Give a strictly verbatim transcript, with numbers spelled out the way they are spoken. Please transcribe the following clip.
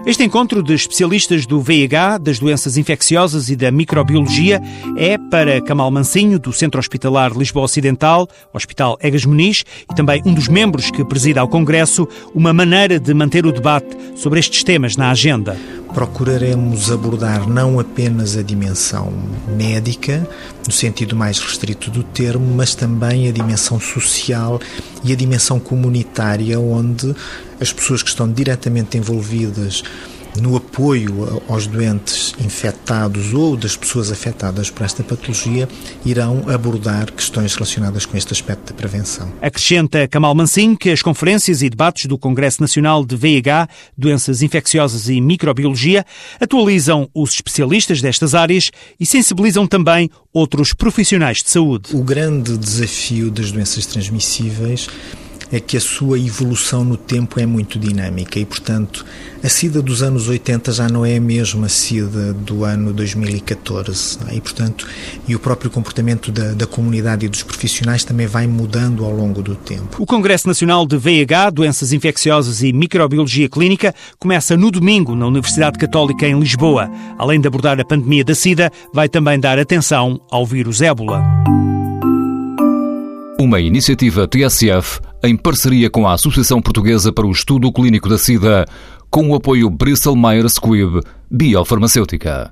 Este encontro de especialistas do V I H, das doenças infecciosas e da microbiologia é para Camal Mansinho, do Centro Hospitalar Lisboa Ocidental, Hospital Egas Muniz, e também um dos membros que presida ao Congresso, uma maneira de manter o debate sobre estes temas na agenda. Procuraremos abordar não apenas a dimensão médica, no sentido mais restrito do termo, mas também a dimensão social e a dimensão comunitária, onde as pessoas que estão diretamente envolvidas no apoio aos doentes infectados ou das pessoas afetadas por esta patologia irão abordar questões relacionadas com este aspecto da prevenção. Acrescenta Camal Mansinho que as conferências e debates do Congresso Nacional de V I H, Doenças Infecciosas e Microbiologia, atualizam os especialistas destas áreas e sensibilizam também outros profissionais de saúde. O grande desafio das doenças transmissíveis é que a sua evolução no tempo é muito dinâmica e, portanto, a SIDA dos anos oitenta já não é a mesma SIDA do ano dois mil e catorze. E, portanto, e o próprio comportamento da, da comunidade e dos profissionais também vai mudando ao longo do tempo. O Congresso Nacional de V I H, Doenças Infecciosas e Microbiologia Clínica, começa no domingo na Universidade Católica em Lisboa. Além de abordar a pandemia da SIDA, vai também dar atenção ao vírus ébola. Uma iniciativa T S F em parceria com a Associação Portuguesa para o Estudo Clínico da SIDA, com o apoio Bristol Myers Squibb Biofarmacêutica.